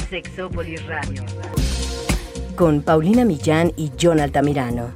Sexópolis Radio. Con Paulina Millán y John Altamirano.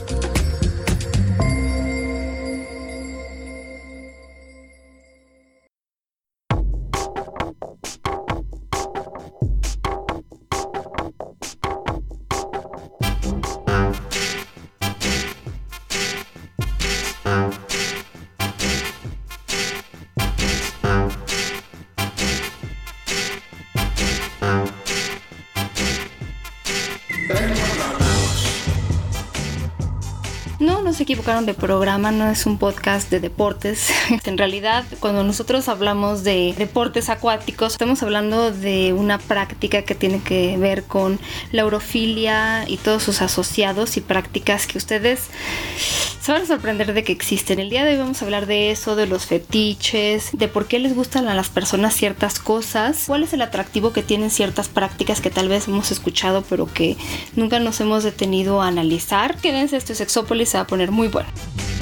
No se equivocaron de programa, no es un podcast de deportes. En realidad, cuando nosotros hablamos de deportes acuáticos, estamos hablando de una práctica que tiene que ver con la urofilia y todos sus asociados y prácticas que ustedes se van a sorprender de que existen. El día de hoy vamos a hablar de eso, de los fetiches, de por qué les gustan a las personas ciertas cosas, cuál es el atractivo que tienen ciertas prácticas que tal vez hemos escuchado pero que nunca nos hemos detenido a analizar. Quédense, esto es Sexópolis, se va a poner muy bueno.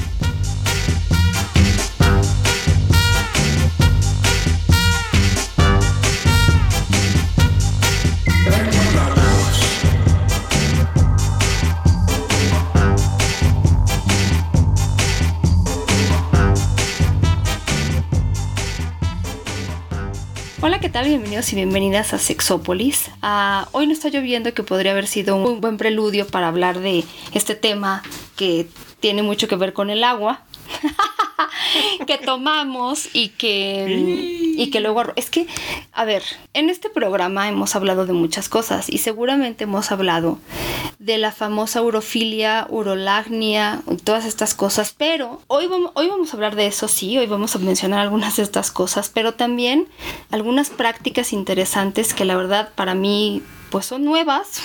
Hola, ¿qué tal? Bienvenidos y bienvenidas a Sexópolis. Hoy no está lloviendo, que podría haber sido un buen preludio para hablar de este tema que tiene mucho que ver con el agua que tomamos y que luego... Es que, a ver, en este programa hemos hablado de muchas cosas y seguramente hemos hablado de la famosa urofilia, urolagnia, todas estas cosas, pero hoy vamos a hablar de eso, sí, hoy vamos a mencionar algunas de estas cosas, pero también algunas prácticas interesantes que la verdad para mí pues son nuevas.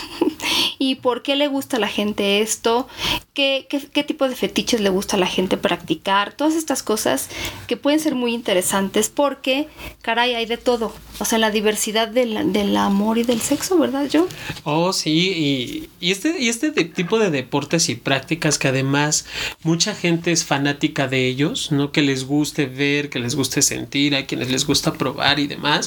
¿Y por qué le gusta a la gente esto? ¿Qué tipo de fetiches le gusta a la gente practicar? Todas estas cosas que pueden ser muy interesantes porque, caray, hay de todo. O sea, la diversidad del amor y del sexo, ¿verdad, John? Oh, sí. Y este tipo de deportes y prácticas que además mucha gente es fanática de ellos, ¿no? Que les guste ver, que les guste sentir, a quienes les gusta probar y demás.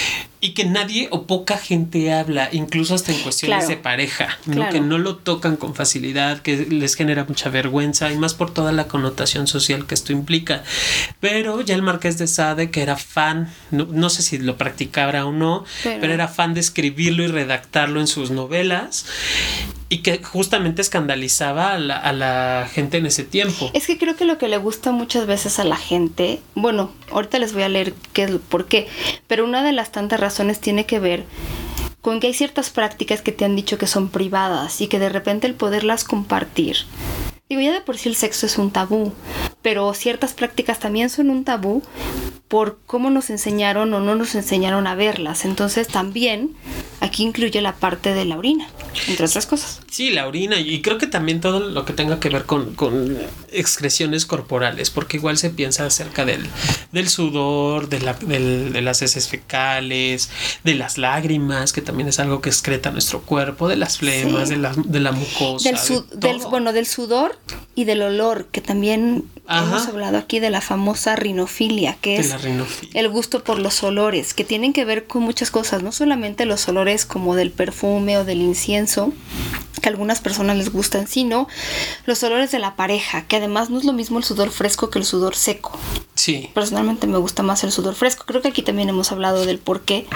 Y que nadie o poca gente habla, incluso hasta en cuestiones de pareja, ¿no? Claro. Que no lo tocan con facilidad, que les genera mucha vergüenza y más por toda la connotación social que esto implica. Pero ya el Marqués de Sade, que era fan, no sé si lo practicara o no, pero era fan de escribirlo y redactarlo en sus novelas. Y que justamente escandalizaba a la gente en ese tiempo. Es que creo que lo que le gusta muchas veces a la gente, bueno, ahorita les voy a leer por qué, pero una de las tantas razones tiene que ver con que hay ciertas prácticas que te han dicho que son privadas y que de repente el poderlas compartir. Digo, ya de por sí el sexo es un tabú, pero ciertas prácticas también son un tabú por cómo nos enseñaron o no nos enseñaron a verlas. Entonces también aquí incluye la parte de la orina, entre otras cosas. Sí, la orina, y creo que también todo lo que tenga que ver con excreciones corporales, porque igual se piensa acerca del sudor, de las heces fecales, de las lágrimas, que también es algo que excreta nuestro cuerpo, de las flemas, sí, de la mucosa. Del sudor y del olor, que también hemos hablado aquí de la famosa rinofilia, que es el gusto por los olores, que tienen que ver con muchas cosas, no solamente los olores como del perfume o del incienso, que a algunas personas les gustan, sino los olores de la pareja, que además no es lo mismo el sudor fresco que el sudor seco. Sí. Personalmente me gusta más el sudor fresco. Creo que aquí también hemos hablado del por qué.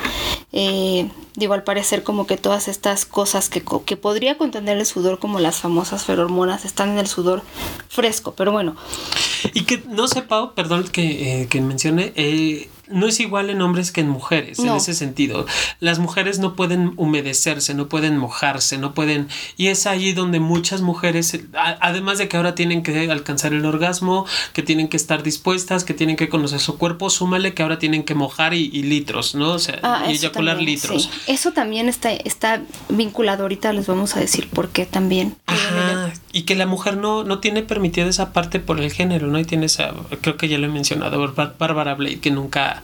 Digo, al parecer como que todas estas cosas que podría contener el sudor, como las famosas feromonas, están en el sudor fresco, pero bueno. Y que no sé, Pau, perdón que mencione, no es igual en hombres que en mujeres, no. En ese sentido. Las mujeres no pueden humedecerse, no pueden mojarse, no pueden... Y es ahí donde muchas mujeres, además de que ahora tienen que alcanzar el orgasmo, que tienen que estar dispuestas, que tienen que conocer su cuerpo, súmale que ahora tienen que mojar y litros, ¿no? O sea, y eyacular también, litros. Sí. Eso también está vinculado, ahorita les vamos a decir por qué también. Ajá, y que la mujer no tiene permitida esa parte por el género, ¿no? Y tiene esa, creo que ya lo he mencionado, Bárbara Blade, que nunca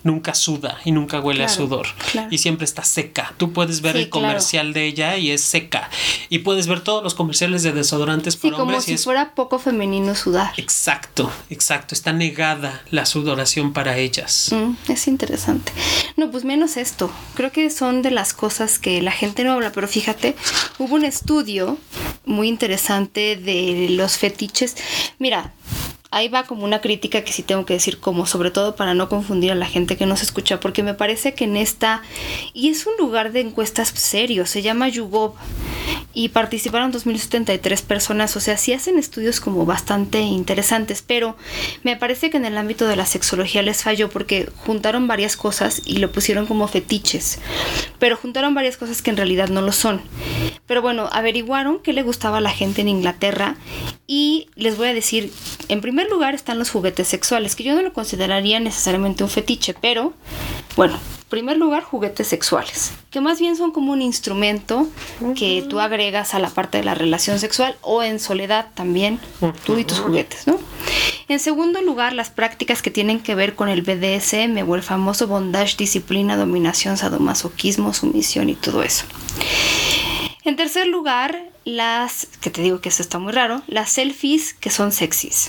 nunca suda y nunca huele a sudor. Claro. Y siempre está seca. Tú puedes ver el comercial de ella y es seca. Y puedes ver todos los comerciales de desodorantes para hombres. Como si fuera poco femenino sudar. Exacto. Está negada la sudoración para ellas. Es interesante. No, pues menos esto. Creo que son de las cosas que la gente no habla, pero fíjate, hubo un estudio muy interesante de los fetiches. Mira, ahí va como una crítica que sí tengo que decir, como sobre todo para no confundir a la gente que nos escucha, porque me parece que en esta, y es un lugar de encuestas serio, se llama YouGov, y participaron 2073 personas, o sea, sí hacen estudios como bastante interesantes, pero me parece que en el ámbito de la sexología les falló porque juntaron varias cosas y lo pusieron como fetiches, pero juntaron varias cosas que en realidad no lo son. Pero bueno, averiguaron qué le gustaba a la gente en Inglaterra y les voy a decir, en primer lugar están los juguetes sexuales, que yo no lo consideraría necesariamente un fetiche, pero bueno, en primer lugar juguetes sexuales, que más bien son como un instrumento que tú agregas a la parte de la relación sexual o en soledad también, tú y tus juguetes, ¿no? En segundo lugar, las prácticas que tienen que ver con el BDSM o el famoso bondage, disciplina, dominación, sadomasoquismo, sumisión y todo eso. En tercer lugar, que te digo que eso está muy raro, las selfies que son sexys.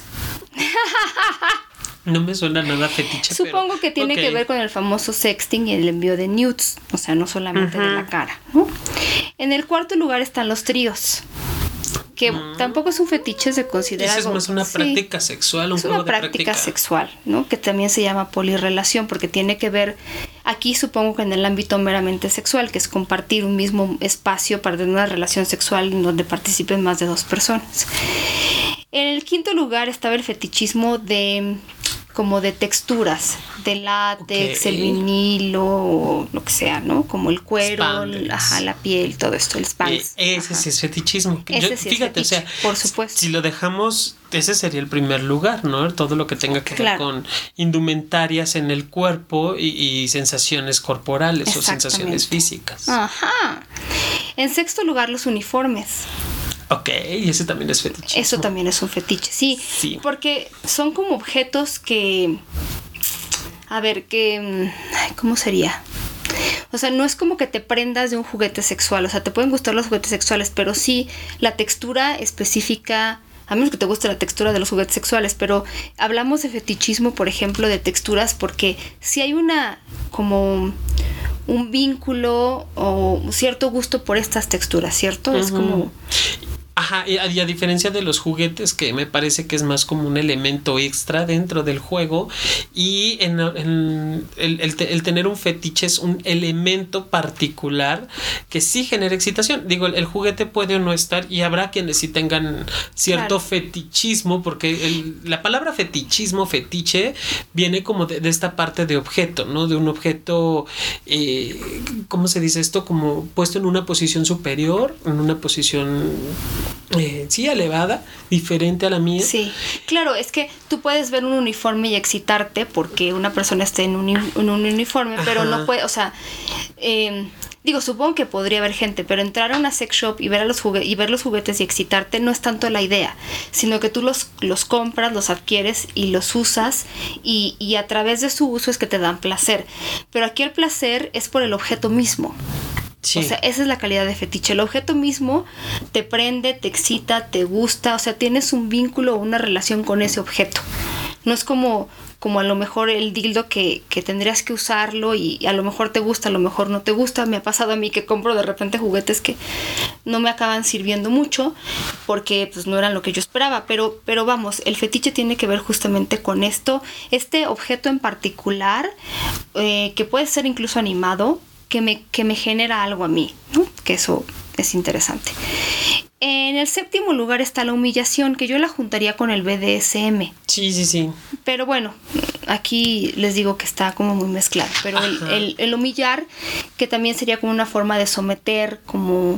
No me suena nada fetiche. Supongo que tiene que ver con el famoso sexting y el envío de nudes, o sea, no solamente de la cara, ¿no? En el cuarto lugar están los tríos, que tampoco es un fetiche, se considera algo. Es más una práctica sexual, un juego de práctica. Es una práctica sexual, ¿no? Que también se llama polirrelación, porque tiene que ver, aquí supongo que en el ámbito meramente sexual, que es compartir un mismo espacio para tener una relación sexual en donde participen más de 2 personas. En el quinto lugar estaba el fetichismo como de texturas, de látex, el vinilo, lo que sea, ¿no? Como el cuero, la piel, todo esto, el spandex. Ese sí es fetichismo. Fíjate, es fetiche, o sea, por supuesto. Si lo dejamos, ese sería el primer lugar, ¿no? Todo lo que tenga que ver con indumentarias en el cuerpo y sensaciones corporales o sensaciones físicas. Ajá. En sexto lugar, los uniformes. Ok, y ese también es fetiche. Eso también es un fetiche, sí. Porque son como objetos que... A ver, ¿cómo sería? O sea, no es como que te prendas de un juguete sexual. O sea, te pueden gustar los juguetes sexuales, pero sí la textura específica... A menos que te guste la textura de los juguetes sexuales, pero hablamos de fetichismo, por ejemplo, de texturas, porque si hay como un vínculo o cierto gusto por estas texturas, ¿cierto? Es como... Ajá, y a diferencia de los juguetes, que me parece que es más como un elemento extra dentro del juego, y el tener un fetiche es un elemento particular que sí genera excitación. Digo, el juguete puede o no estar, y habrá quienes sí tengan cierto fetichismo, porque la palabra fetichismo, fetiche, viene como de esta parte de objeto, ¿no? De un objeto, ¿cómo se dice esto? Como puesto en una posición superior, en una posición... elevada, diferente a la mía. Sí, claro, es que tú puedes ver un uniforme y excitarte porque una persona esté en un uniforme, pero no puede, o sea, digo, supongo que podría haber gente, pero entrar a una sex shop y ver los juguetes y excitarte no es tanto la idea, sino que tú los compras, los adquieres y los usas y a través de su uso es que te dan placer. Pero aquí el placer es por el objeto mismo. Sí. O sea, esa es la calidad de fetiche. El objeto mismo te prende, te excita, te gusta. O sea, tienes un vínculo o una relación con ese objeto. No es como a lo mejor el dildo que tendrías que usarlo y a lo mejor te gusta, a lo mejor no te gusta. Me ha pasado a mí que compro de repente juguetes que no me acaban sirviendo mucho porque pues no eran lo que yo esperaba. Pero vamos, el fetiche tiene que ver justamente con esto. Este objeto en particular, que puede ser incluso animado, que me genera algo a mí, ¿no? Que eso es interesante. En el séptimo lugar está la humillación, que yo la juntaría con el BDSM. Sí. Pero bueno, aquí les digo que está como muy mezclado. Pero el humillar, que también sería como una forma de someter, como...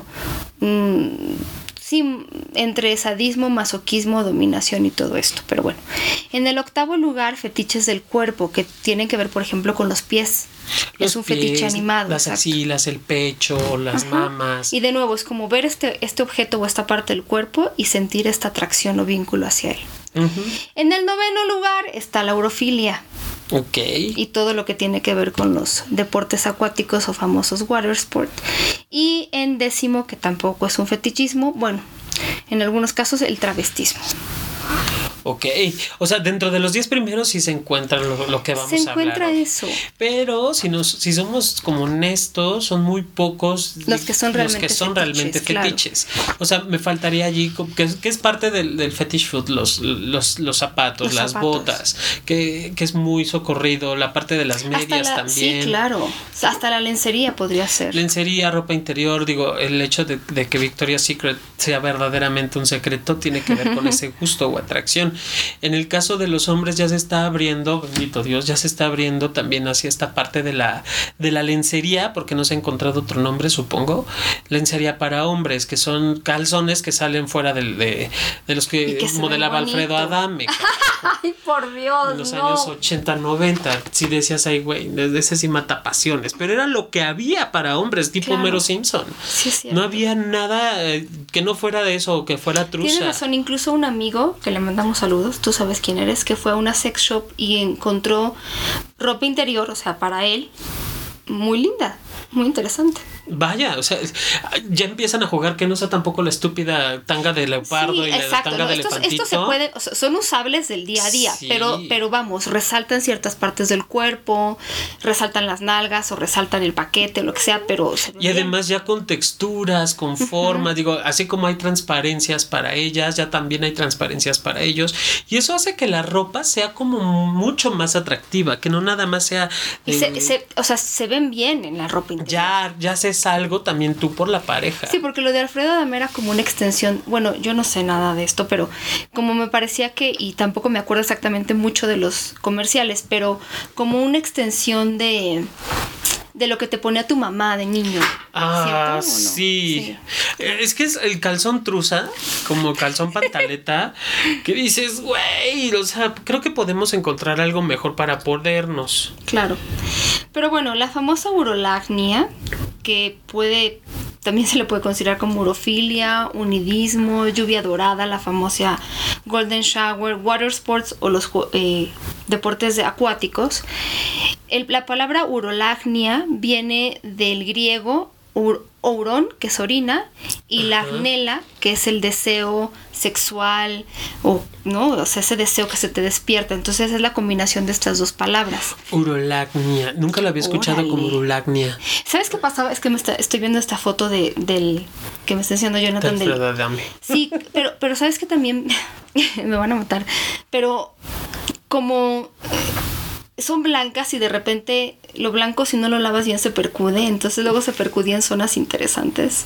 sí, entre sadismo, masoquismo, dominación y todo esto. Pero bueno, en el octavo lugar, fetiches del cuerpo, que tienen que ver, por ejemplo, con los pies. Es un fetiche animado. Las axilas, el pecho, las mamas. Y de nuevo, es como ver este objeto o esta parte del cuerpo y sentir esta atracción o vínculo hacia él. En el noveno lugar está la urofilia, Ok. y todo lo que tiene que ver con los deportes acuáticos o famosos water sport. Y en 10º, que tampoco es un fetichismo, bueno, en algunos casos el travestismo. Ok, o sea, dentro de los 10 primeros sí se encuentra lo que vamos a hablar. Se encuentra eso. Pero si somos como honestos, son muy pocos los que son realmente fetiches. Claro. O sea, me faltaría allí, que es parte del fetish food, los zapatos, las botas, que es muy socorrido, la parte de las medias también. Sí, claro, hasta la lencería podría ser. Lencería, ropa interior, digo, el hecho de que Victoria's Secret sea verdaderamente un secreto tiene que ver con ese gusto o atracción. En el caso de los hombres ya se está abriendo, bendito Dios, ya se está abriendo también hacia esta parte de la lencería, porque no se ha encontrado otro nombre, supongo. Lencería para hombres, que son calzones que salen fuera de los que modelaba Alfredo Adame. Ay, por Dios, en los años 80, 90. Si decías, ay, güey, ese sí mata pasiones. Pero era lo que había para hombres, tipo Homero Simpson. Sí, no había nada que no fuera de eso o que fuera truza. Tienes razón, incluso un amigo que le mandamos saludos, tú sabes quién eres, que fue a una sex shop y encontró ropa interior, o sea, para él, muy linda, muy interesante. Vaya, o sea, ya empiezan a jugar que no sea tampoco la estúpida tanga de leopardo y la tanga de elefantito. Estos se pueden, o sea, son usables del día a día, pero vamos, resaltan ciertas partes del cuerpo, resaltan las nalgas o resaltan el paquete o lo que sea, pero y además ya con texturas, con formas, digo, así como hay transparencias para ellas, ya también hay transparencias para ellos, y eso hace que la ropa sea como mucho más atractiva, que no nada más sea o sea, se ven bien en la ropa interior. Ya se algo también tú por la pareja. Sí, porque lo de Alfredo Adame era como una extensión, bueno, yo no sé nada de esto, pero como me parecía que, y tampoco me acuerdo exactamente mucho de los comerciales, pero como una extensión de lo que te ponía tu mamá de niño. Ah, ¿cierto? ¿O no? Sí. Es que es el calzón truza, como calzón pantaleta, que dices, güey, o sea, creo que podemos encontrar algo mejor para podernos. Claro. Pero bueno, la famosa urolagnia, que también se le puede considerar como urofilia, unidismo, lluvia dorada, la famosa golden shower, water sports o los deportes acuáticos. La palabra urolagnia viene del griego ouron, que es orina, y lagnela, que es el deseo sexual, o sea, ese deseo que se te despierta. Entonces es la combinación de estas dos palabras. Urolagnia, nunca lo había escuchado como urolagnia. ¿Sabes qué pasaba? Es que estoy viendo esta foto del que me está enseñando Jonathan. Sí, pero ¿sabes qué? También me van a matar, pero como son blancas y de repente lo blanco, si no lo lavas bien, se percude, entonces luego se percudía en zonas interesantes.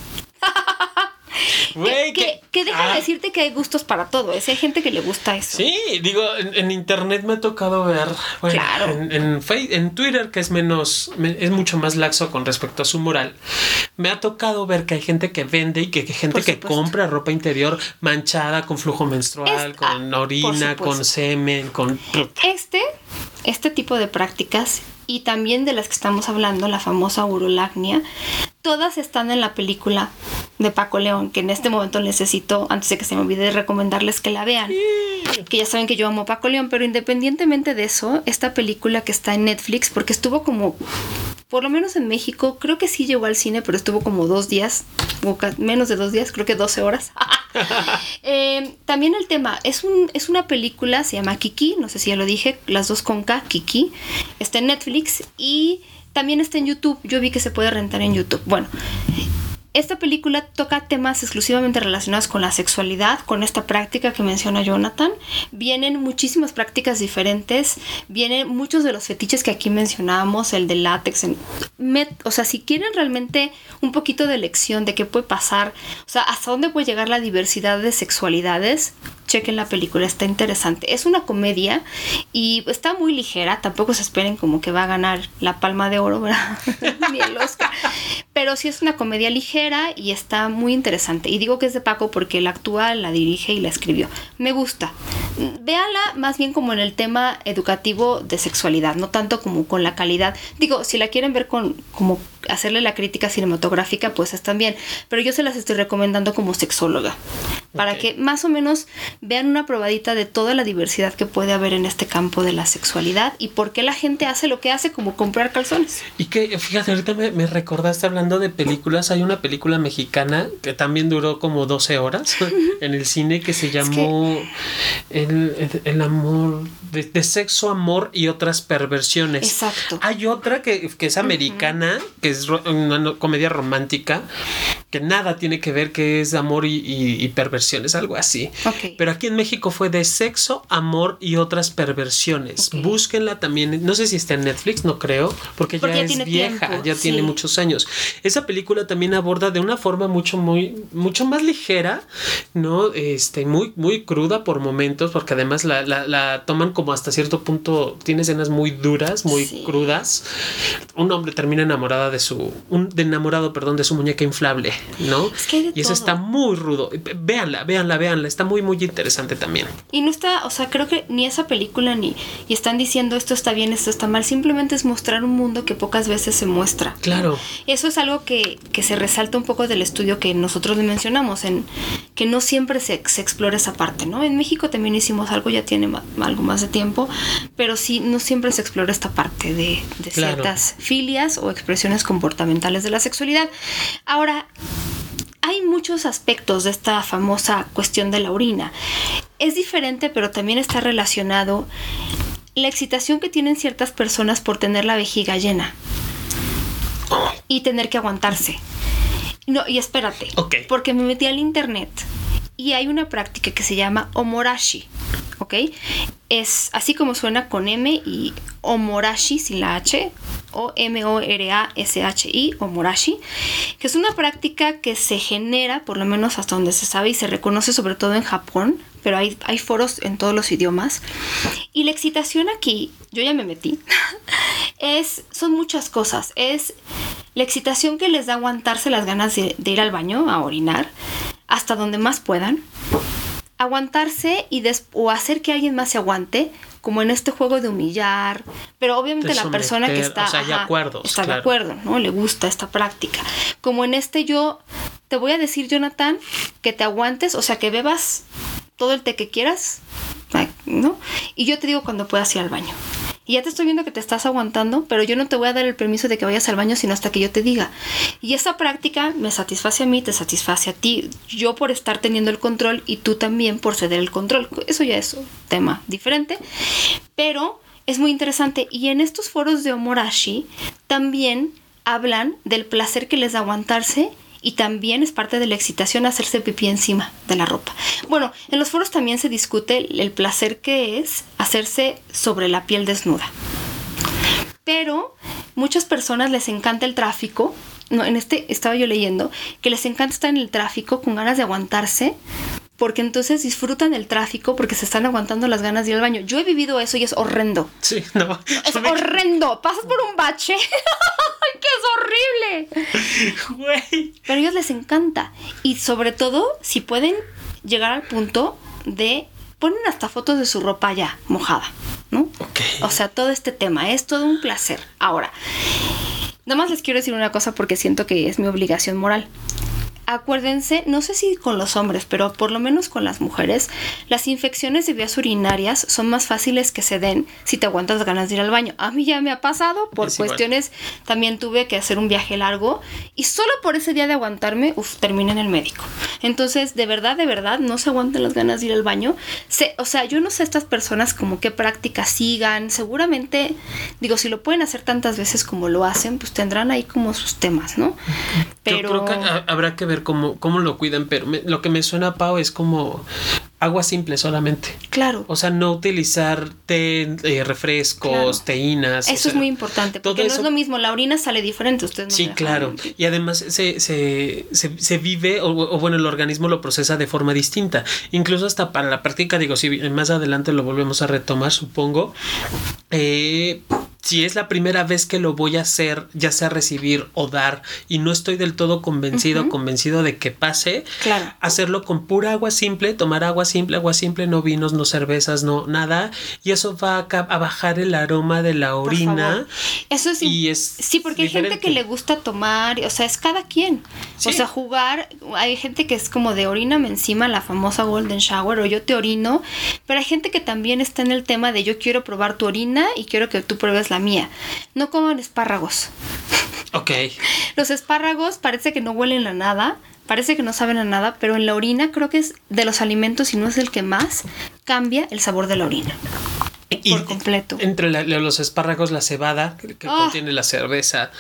Güey, que deja de decirte que hay gustos para todo, hay gente que le gusta eso. Sí, digo, en internet me ha tocado ver, bueno, claro. en Twitter, que es mucho más laxo con respecto a su moral, me ha tocado ver que hay gente que vende y que gente que compra ropa interior manchada con flujo menstrual, con orina, con semen, con... Este tipo de prácticas, y también de las que estamos hablando, la famosa urolagnia, todas están en la película de Paco León, que en este momento necesito, antes de que se me olvide, recomendarles que la vean, que ya saben que yo amo Paco León, pero independientemente de eso, esta película que está en Netflix, porque estuvo como, por lo menos en México, creo que sí llegó al cine, pero estuvo como 2 días, o menos de 2 días, creo que 12 horas. También el tema, es una película, se llama Kiki, no sé si ya lo dije, las dos con K, Kiki, está en Netflix y también está en YouTube. Yo vi que se puede rentar en YouTube. Bueno, esta película toca temas exclusivamente relacionados con la sexualidad, con esta práctica que menciona Jonathan. Vienen muchísimas prácticas diferentes, vienen muchos de los fetiches que aquí mencionábamos, el de látex. O sea, si quieren realmente un poquito de lección de qué puede pasar, o sea, hasta dónde puede llegar la diversidad de sexualidades, chequen la película, está interesante. Es una comedia y está muy ligera, tampoco se esperen como que va a ganar la Palma de Oro, ¿verdad? Ni el Oscar. Pero sí es una comedia ligera y está muy interesante. Y digo que es de Paco porque él actúa, la dirige y la escribió. Me gusta. Véanla más bien como en el tema educativo de sexualidad, no tanto como con la calidad. Digo, si la quieren ver como hacerle la crítica cinematográfica, pues están bien. Pero yo se las estoy recomendando como sexóloga. para que más o menos vean una probadita de toda la diversidad que puede haber en este campo de la sexualidad y por qué la gente hace lo que hace, como comprar calzones. Y que, fíjate, ahorita me recordaste hablando de películas, hay una película mexicana que también duró como 12 horas en el cine que se llamó el amor, de sexo, amor y otras perversiones. Exacto. Hay otra que es americana, que es una comedia romántica, que nada tiene que ver, que es amor y perversiones, algo así. Okay. Pero aquí en México fue de sexo, amor y otras perversiones. Okay. Búsquenla también, no sé si está en Netflix, no creo, porque ya es vieja, tiempo, ya tiene muchos años. Esa película también aborda de una forma mucho más ligera, ¿no? Muy cruda por momentos, porque además la toman como hasta cierto punto, tiene escenas muy duras, muy crudas. Un hombre termina enamorado de su muñeca inflable, ¿no? Es que hay de y eso todo. Está muy rudo. Véanla, está muy interesante también. Y no está, o sea, creo que ni esa película y están diciendo esto está bien, esto está mal, simplemente es mostrar un mundo que pocas veces se muestra. Claro. Eso es algo que se resalta un poco del estudio que nosotros le mencionamos, en que no siempre se explora esa parte, ¿no? En México también hicimos algo, ya tiene algo más de tiempo, pero sí, no siempre se explora esta parte de ciertas filias o expresiones comportamentales de la sexualidad. Ahora, hay muchos aspectos de esta famosa cuestión de la orina. Es diferente, pero también está relacionado la excitación que tienen ciertas personas por tener la vejiga llena y tener que aguantarse. No, y espérate, porque me metí al internet y hay una práctica que se llama omorashi, ¿ok? Es así como suena, con M, y omorashi sin la H, O-M-O-R-A-S-H-I, omorashi, que es una práctica que se genera, por lo menos hasta donde se sabe, y se reconoce sobre todo en Japón, pero hay foros en todos los idiomas. Y la excitación aquí, yo ya me metí, son muchas cosas. Es la excitación que les da aguantarse las ganas de ir al baño a orinar hasta donde más puedan, aguantarse o hacer que alguien más se aguante, como en este juego de humillar, pero obviamente la persona que está, está de acuerdo, ¿no? Le gusta esta práctica. Como en yo te voy a decir, Jonathan, que te aguantes, o sea, que bebas todo el té que quieras, ¿no? Y yo te digo cuando puedas ir al baño. Y ya te estoy viendo que te estás aguantando, pero yo no te voy a dar el permiso de que vayas al baño sino hasta que yo te diga. Y esa práctica me satisface a mí, te satisface a ti, yo por estar teniendo el control y tú también por ceder el control. Eso ya es un tema diferente, pero es muy interesante. Y en estos foros de omorashi también hablan del placer que les da aguantarse, y también es parte de la excitación hacerse pipí encima de la ropa. Bueno, en los foros también se discute el placer que es hacerse sobre la piel desnuda. Pero muchas personas les encanta el tráfico. No, estaba yo leyendo que les encanta estar en el tráfico con ganas de aguantarse, porque entonces disfrutan el tráfico porque se están aguantando las ganas de ir al baño. Yo he vivido eso y es horrendo. Sí, no. Es horrendo. Pasas por un bache. ¡Qué es horrible! Güey. Pero a ellos les encanta. Y sobre todo, si pueden llegar al punto de ponen hasta fotos de su ropa ya mojada, ¿no? Okay. O sea, todo este tema es todo un placer. Ahora, nada más les quiero decir una cosa porque siento que es mi obligación moral. Acuérdense, no sé si con los hombres, pero por lo menos con las mujeres, las infecciones de vías urinarias son más fáciles que se den si te aguantas ganas de ir al baño. A mí ya me ha pasado por cuestiones, también tuve que hacer un viaje largo y solo por ese día de aguantarme, terminé en el médico. Entonces, de verdad, no se aguanten las ganas de ir al baño. O sea, yo no sé estas personas como qué prácticas sigan. Seguramente, digo, si lo pueden hacer tantas veces como lo hacen, pues tendrán ahí como sus temas, ¿no? Pero yo creo que habrá que ver cómo lo cuidan, pero lo que me suena, Pau, es como agua simple solamente. Claro. O sea, no utilizar té, refrescos, teínas. Eso es muy importante, porque no es lo mismo, la orina sale diferente. Ustedes no. Sí, claro. Y además se vive, o bueno, el organismo lo procesa de forma distinta. Incluso hasta para la práctica, digo, si más adelante lo volvemos a retomar, supongo. si es la primera vez que lo voy a hacer, ya sea recibir o dar, y no estoy del todo convencido de que pase, claro, hacerlo con pura agua simple, tomar agua simple, no vinos, no cervezas, no nada, y eso va a bajar el aroma de la orina. Eso es, y es sí, porque diferente. hay gente que le gusta tomar, o sea, es cada quien. Sí. O sea, jugar, hay gente que es como de oríname encima, la famosa golden shower, o yo te orino, pero hay gente que también está en el tema de yo quiero probar tu orina y quiero que tú pruebes la mía. No coman espárragos. Ok. Los espárragos parece que no huelen a nada, parece que no saben a nada, pero en la orina creo que es de los alimentos, si no es el que más cambia el sabor de la orina. Por completo. Entre los espárragos, la cebada que contiene la cerveza,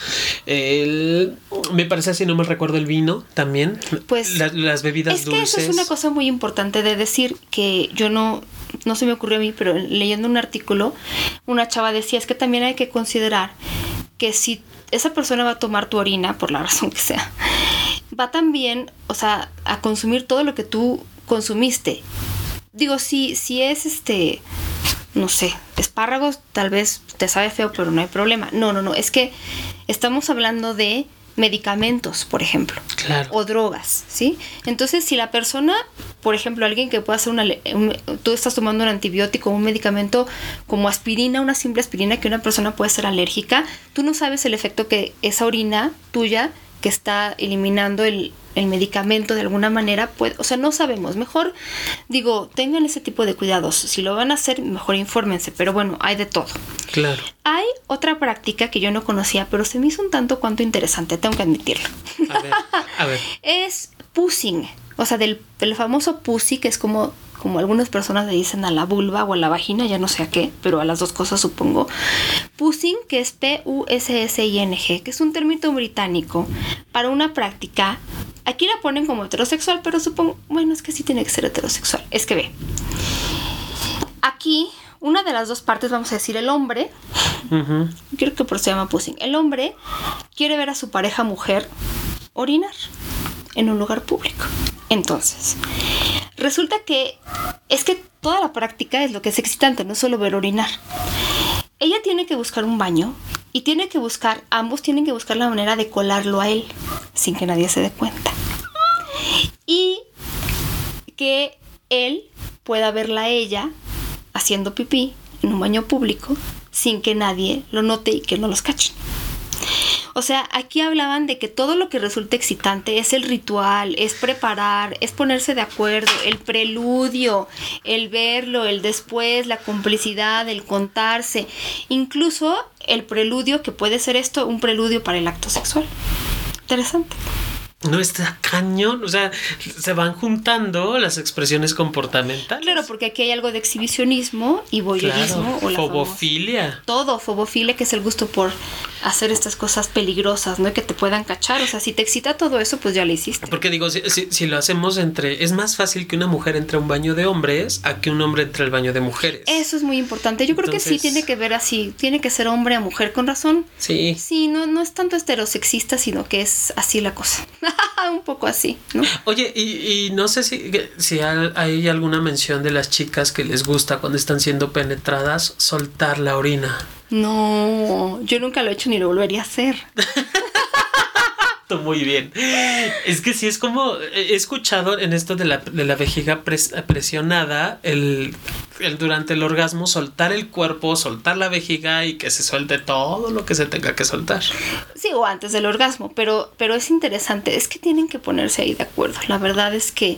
me parece, si no me recuerdo, el vino también, pues las bebidas dulces. Es que eso es una cosa muy importante de decir, que yo no se me ocurrió a mí, pero leyendo un artículo, una chava decía, es que también hay que considerar que si esa persona va a tomar tu orina, por la razón que sea, va también, o sea, a consumir todo lo que tú consumiste. Digo, si es no sé, espárragos, tal vez te sabe feo, pero no hay problema. No, es que estamos hablando de medicamentos, por ejemplo, claro, o drogas, ¿sí? Entonces, si la persona, por ejemplo, alguien que pueda hacer tú estás tomando un antibiótico, un medicamento como aspirina, una simple aspirina, que una persona puede ser alérgica, tú no sabes el efecto que esa orina tuya, que está eliminando el medicamento de alguna manera, puede, o sea, no sabemos. Mejor, digo, tengan ese tipo de cuidados. Si lo van a hacer, mejor infórmense, pero bueno, hay de todo. Claro. Hay otra práctica que yo no conocía, pero se me hizo un tanto cuanto interesante, tengo que admitirlo. A ver. Es pussing, o sea, del famoso pussy, que es como algunas personas le dicen a la vulva o a la vagina, ya no sé a qué, pero a las dos cosas supongo. Pussing, que es Pussing, que es un término británico para una práctica. Aquí la ponen como heterosexual, pero supongo, bueno, es que sí tiene que ser heterosexual. Es que ve, aquí una de las dos partes, vamos a decir, el hombre, creo que por eso se llama pussing, el hombre quiere ver a su pareja mujer orinar en un lugar público. Entonces, resulta que es que toda la práctica es lo que es excitante, no es solo ver orinar. Ella tiene que buscar un baño y ambos tienen que buscar la manera de colarlo a él sin que nadie se dé cuenta. Y que él pueda verla a ella haciendo pipí en un baño público sin que nadie lo note y que no los cachen. O sea, aquí hablaban de que todo lo que resulta excitante es el ritual, es preparar, es ponerse de acuerdo, el preludio, el verlo, el después, la complicidad, el contarse, incluso el preludio, que puede ser esto, un preludio para el acto sexual. Interesante. No está cañón, o sea, se van juntando las expresiones comportamentales. Claro, porque aquí hay algo de exhibicionismo y voyeurismo. Claro, o la fobofilia. Fobofilia, que es el gusto por hacer estas cosas peligrosas, ¿no? Que te puedan cachar. O sea, si te excita todo eso, pues ya lo hiciste. Porque digo, si lo hacemos es más fácil que una mujer entre a un baño de hombres a que un hombre entre al baño de mujeres. Eso es muy importante. Yo creo que sí tiene que ver así. Tiene que ser hombre a mujer, con razón. Sí. Sí, no es tanto heterosexista, sino que es así la cosa. Un poco así, ¿no? Oye, y no sé si hay alguna mención de las chicas que les gusta cuando están siendo penetradas soltar la orina. No, yo nunca lo he hecho ni lo volvería a hacer. Muy bien. Es que sí, es como he escuchado en esto de la vejiga presionada, el durante el orgasmo soltar el cuerpo, soltar la vejiga y que se suelte todo lo que se tenga que soltar. Sí, o antes del orgasmo, pero es interesante, es que tienen que ponerse ahí de acuerdo. La verdad es que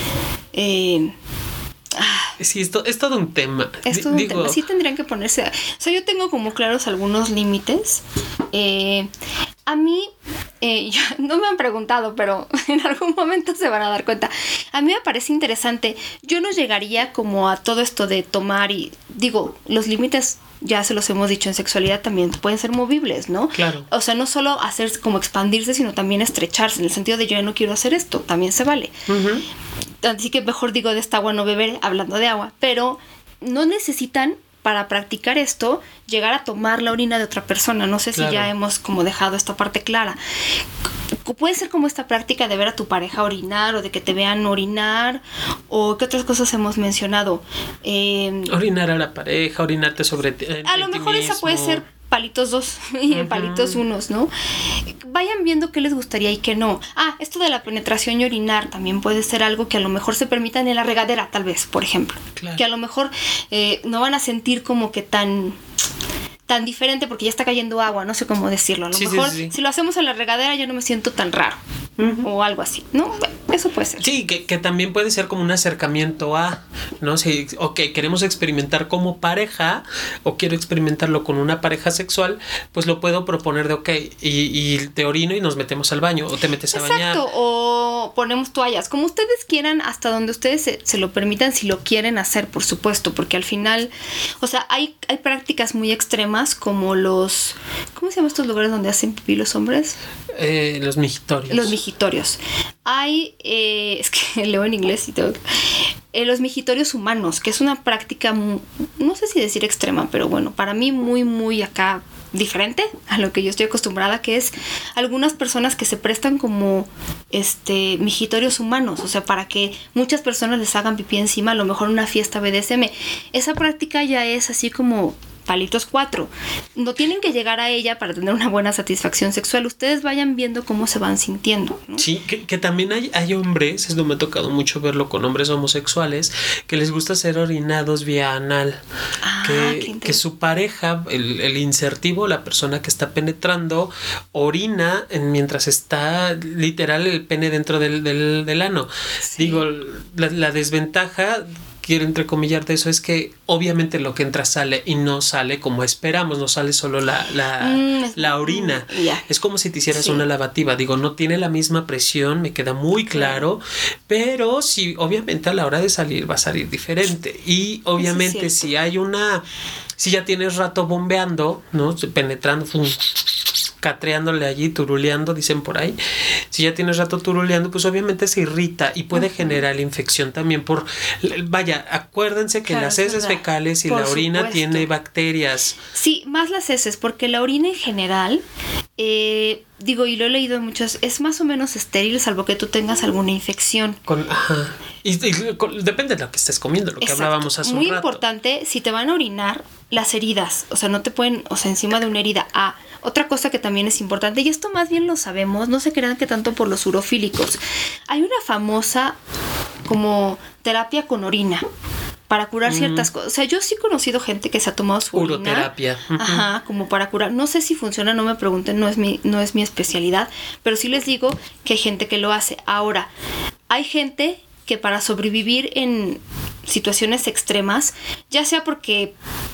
sí, esto es todo un tema. Es todo un tema. Sí tendrían que ponerse. O sea, yo tengo como claros algunos límites. A mí, ya no me han preguntado, pero en algún momento se van a dar cuenta. A mí me parece interesante. Yo no llegaría como a todo esto de tomar y, digo, los límites, ya se los hemos dicho, en sexualidad también pueden ser movibles, ¿no? Claro. O sea, no solo hacer como expandirse, sino también estrecharse, en el sentido de yo ya no quiero hacer esto, también se vale. Así que mejor digo de esta agua no beber, hablando de agua, pero no necesitan, para practicar esto, llegar a tomar la orina de otra persona. No sé si ya hemos como dejado esta parte clara. Puede ser como esta práctica de ver a tu pareja orinar o de que te vean orinar, o qué otras cosas hemos mencionado. Orinar a la pareja, orinarte sobre ti. A lo mejor esa puede ser palitos 2 y en palitos 1, ¿no? Vayan viendo qué les gustaría y qué no. Esto de la penetración y orinar también puede ser algo que a lo mejor se permitan en la regadera, tal vez, por ejemplo. Claro. Que a lo mejor no van a sentir como que tan diferente porque ya está cayendo agua, no sé cómo decirlo. A lo mejor si lo hacemos en la regadera yo no me siento tan raro. O algo así, ¿no? Eso puede ser. Sí, que también puede ser como un acercamiento a, ¿no? Si, queremos experimentar como pareja o quiero experimentarlo con una pareja sexual, pues lo puedo proponer de y te orino y nos metemos al baño o te metes a bañar. Exacto, o ponemos toallas, como ustedes quieran, hasta donde ustedes se lo permitan, si lo quieren hacer, por supuesto, porque al final, o sea, hay prácticas muy extremas como los, ¿cómo se llaman estos lugares donde hacen pipí los hombres? Los mijitorios. Los mijitorios. Hay, es que leo en inglés y todo. Los mijitorios humanos, que es una práctica, no sé si decir extrema, pero bueno, para mí muy, muy acá diferente a lo que yo estoy acostumbrada, que es algunas personas que se prestan como mijitorios humanos, o sea, para que muchas personas les hagan pipí encima, a lo mejor una fiesta BDSM. Esa práctica ya es así como palitos 4. No tienen que llegar a ella para tener una buena satisfacción sexual. Ustedes vayan viendo cómo se van sintiendo, ¿no? Sí, que también hay hombres, esto me ha tocado mucho verlo con hombres homosexuales, que les gusta ser orinados vía anal. Que su pareja, el insertivo, la persona que está penetrando, orina mientras está literal el pene dentro del ano. Sí. Digo, la desventaja, quiero entrecomillar de eso, es que obviamente lo que entra sale y no sale como esperamos, no sale solo la orina. Yeah. Es como si te hicieras una lavativa. Digo, no tiene la misma presión, me queda muy claro, pero sí, obviamente a la hora de salir va a salir diferente. Y obviamente si ya tienes rato bombeando, ¿no? Penetrando, catreándole allí, turuleando, dicen por ahí. Si ya tienes rato turuleando, pues obviamente se irrita y puede generar infección también acuérdense que las heces fecales y la orina tiene bacterias. Sí, más las heces, porque la orina en general, y lo he leído en muchos, es más o menos estéril, salvo que tú tengas alguna infección. Y depende de lo que estés comiendo, lo que hablábamos hace un rato. Muy importante, si te van a orinar, las heridas, o sea, no te pueden, o sea, encima de una herida. Otra cosa que también es importante, y esto más bien lo sabemos, no se crean que tanto por los urofílicos. Hay una famosa como terapia con orina para curar ciertas cosas. O sea, yo sí he conocido gente que se ha tomado su orina. Uroterapia. Como para curar. No sé si funciona, no me pregunten, no es mi especialidad, pero sí les digo que hay gente que lo hace. Ahora, hay gente que para sobrevivir en situaciones extremas, ya sea porque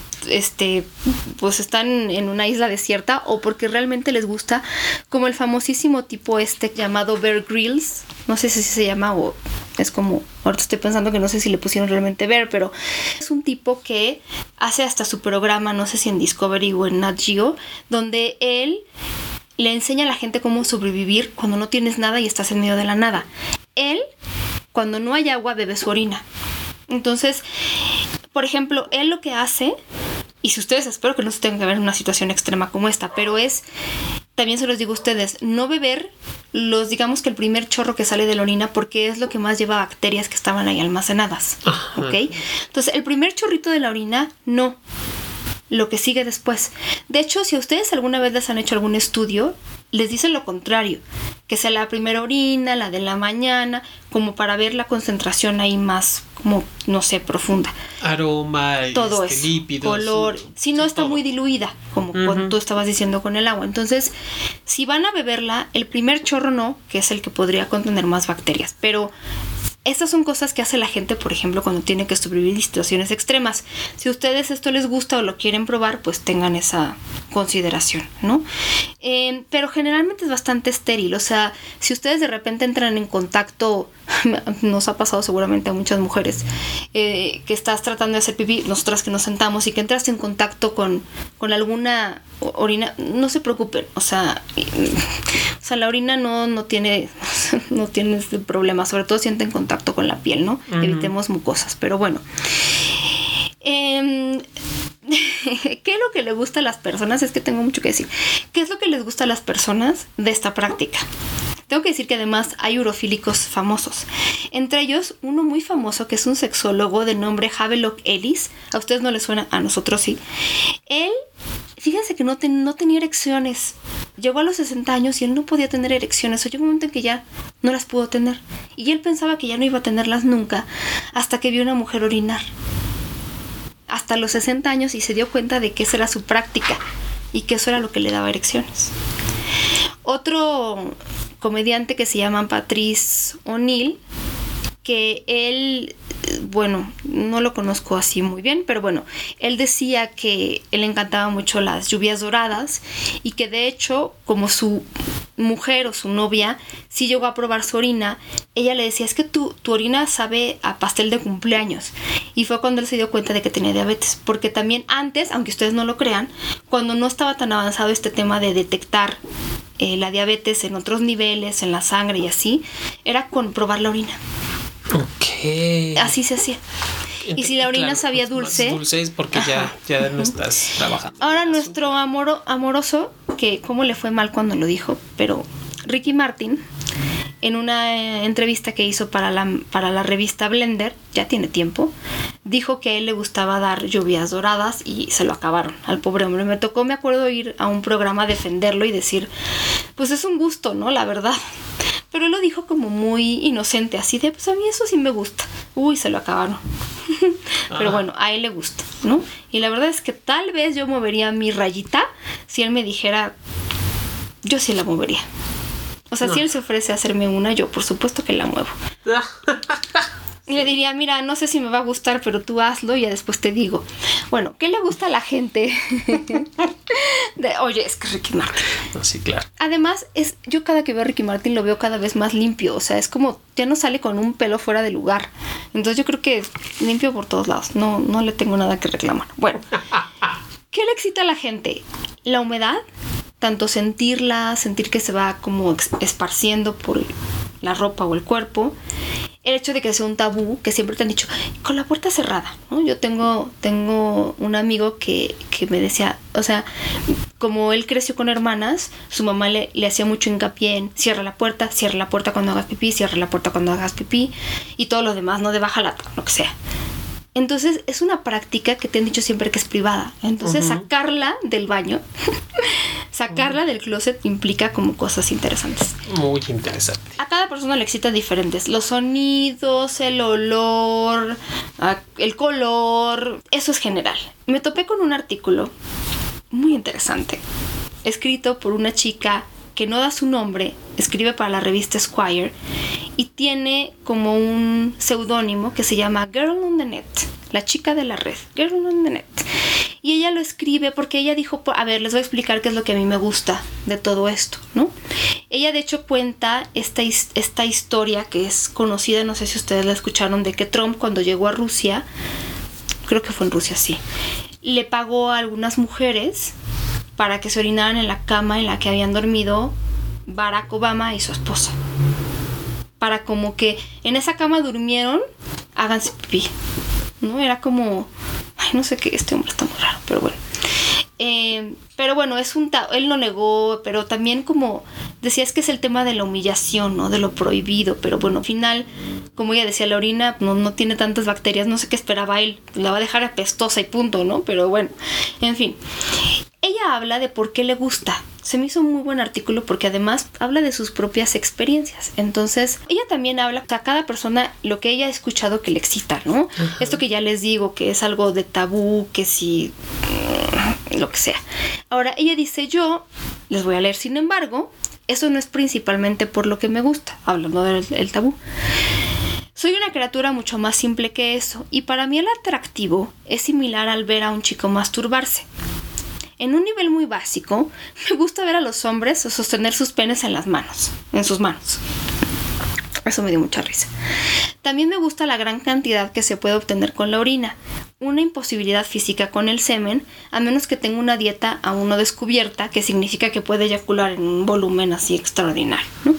pues están en una isla desierta o porque realmente les gusta, como el famosísimo tipo llamado Bear Grylls, no sé si se llama o es como, ahorita estoy pensando que no sé si le pusieron realmente Bear, pero es un tipo que hace hasta su programa, no sé si en Discovery o en Nat Geo, donde él le enseña a la gente cómo sobrevivir cuando no tienes nada y estás en medio de la nada. Él, cuando no hay agua, bebe su orina. Entonces, por ejemplo, él lo que hace, y si ustedes, espero que no se tengan que ver en una situación extrema como esta, pero también se los digo a ustedes, no beber digamos que el primer chorro que sale de la orina, porque es lo que más lleva bacterias que estaban ahí almacenadas. ¿Ok? Entonces, el primer chorrito de la orina, no. Lo que sigue después. De hecho, si a ustedes alguna vez les han hecho algún estudio, les dicen lo contrario, que sea la primera orina, la de la mañana, como para ver la concentración ahí más, como, no sé, profunda. Aroma, todo eso, lípidos, color, si no está muy diluida, como cuando tú estabas diciendo con el agua. Entonces, si van a beberla, el primer chorro no, que es el que podría contener más bacterias, pero estas son cosas que hace la gente, por ejemplo, cuando tiene que sobrevivir en situaciones extremas. Si a ustedes esto les gusta o lo quieren probar, pues tengan esa consideración, ¿no? Pero generalmente es bastante estéril. O sea, si ustedes de repente entran en contacto, nos ha pasado seguramente a muchas mujeres, que estás tratando de hacer pipí, nosotras que nos sentamos y que entras en contacto con alguna orina, no se preocupen. O sea, la orina no tiene problema, sobre todo si entra en contacto con la piel, ¿no? Evitemos mucosas, pero bueno. ¿Qué es lo que le gusta a las personas? Es que tengo mucho que decir. ¿Qué es lo que les gusta a las personas de esta práctica? Tengo que decir que además hay urofílicos famosos. Entre ellos, uno muy famoso que es un sexólogo de nombre Havelock Ellis. A ustedes no les suena, a nosotros sí. Él Fíjense que no tenía erecciones. Llegó a los 60 años y él no podía tener erecciones. O sea, llegó un momento en que ya no las pudo tener. Y él pensaba que ya no iba a tenerlas nunca hasta que vio una mujer orinar. Hasta los 60 años, y se dio cuenta de que esa era su práctica y que eso era lo que le daba erecciones. Otro comediante que se llama Patrice O'Neal, que él, bueno, no lo conozco así muy bien, pero bueno, él decía que él le encantaba mucho las lluvias doradas y que de hecho, como su mujer o su novia sí llegó a probar su orina, ella le decía, es que tu orina sabe a pastel de cumpleaños. Y fue cuando él se dio cuenta de que tenía diabetes, porque también antes, aunque ustedes no lo crean, cuando no estaba tan avanzado este tema de detectar la diabetes en otros niveles, en la sangre y así, era con probar la orina. Ok. Así se hacía. Y si la orina sabía dulce. Dulce es porque ya no estás trabajando. Ahora nuestro amoroso, que cómo le fue mal cuando lo dijo, pero Ricky Martin, en una entrevista que hizo para la revista Blender, ya tiene tiempo, dijo que a él le gustaba dar lluvias doradas y se lo acabaron al pobre hombre. Me tocó, me acuerdo, ir a un programa a defenderlo y decir, pues es un gusto, ¿no? La verdad. Pero él lo dijo como muy inocente, así de, pues a mí eso sí me gusta. Uy, se lo acabaron. Pero bueno, a él le gusta, ¿no? Y la verdad es que tal vez yo movería mi rayita si él me dijera, yo sí la movería. O sea, si él se ofrece a hacerme una, yo por supuesto que la muevo. Y le diría, mira, no sé si me va a gustar, pero tú hazlo y ya después te digo. Bueno, ¿qué le gusta a la gente? Oye, es que Ricky Martin. No, sí, claro. Además, yo cada que veo a Ricky Martin lo veo cada vez más limpio. O sea, es como, ya no sale con un pelo fuera de lugar. Entonces yo creo que limpio por todos lados. No le tengo nada que reclamar. Bueno, ¿qué le excita a la gente? La humedad, tanto sentir que se va como esparciendo por la ropa o el cuerpo. El hecho de que sea un tabú, que siempre te han dicho, con la puerta cerrada, ¿no? Yo tengo un amigo que me decía, o sea, como él creció con hermanas, su mamá le hacía mucho hincapié en cierra la puerta cuando hagas pipí, cierra la puerta cuando hagas pipí, y todo lo demás, no de baja lata, lo que sea. Entonces es una práctica que te han dicho siempre que es privada. Entonces sacarla del baño, sacarla del closet implica como cosas interesantes. Muy interesante. A cada persona le excitan diferentes. Los sonidos, el olor, el color, eso es general. Me topé con un artículo muy interesante, escrito por una chica que no da su nombre, escribe para la revista Esquire y tiene como un seudónimo que se llama Girl on the Net, la chica de la red, Girl on the Net. Y ella lo escribe porque ella dijo, a ver, les voy a explicar qué es lo que a mí me gusta de todo esto, ¿no? Ella de hecho cuenta esta historia que es conocida, no sé si ustedes la escucharon, de que Trump cuando llegó a Rusia, creo que fue en Rusia, sí, le pagó a algunas mujeres para que se orinaran en la cama en la que habían dormido Barack Obama y su esposa. Para como que en esa cama durmieron, háganse pipí, ¿no? Era como, ay, no sé qué, este hombre está muy raro, pero bueno. Pero bueno, él lo negó, pero también como decía, es que es el tema de la humillación, ¿no? De lo prohibido, pero bueno, al final, como ella decía, la orina no tiene tantas bacterias, no sé qué esperaba él, la va a dejar apestosa y punto, ¿no? Pero bueno, en fin. Ella habla de por qué le gusta. Se me hizo un muy buen artículo porque además habla de sus propias experiencias. Entonces, ella también habla a cada persona lo que ella ha escuchado que le excita, ¿no? Esto que ya les digo, que es algo de tabú, que si lo que sea. Ahora, ella dice, yo les voy a leer, sin embargo, eso no es principalmente por lo que me gusta, hablando del tabú. Soy una criatura mucho más simple que eso, y para mí el atractivo es similar al ver a un chico masturbarse. En un nivel muy básico, me gusta ver a los hombres sostener sus penes en sus manos. Eso me dio mucha risa. También me gusta la gran cantidad que se puede obtener con la orina. Una imposibilidad física con el semen, a menos que tenga una dieta aún no descubierta, que significa que puede eyacular en un volumen así extraordinario, ¿no?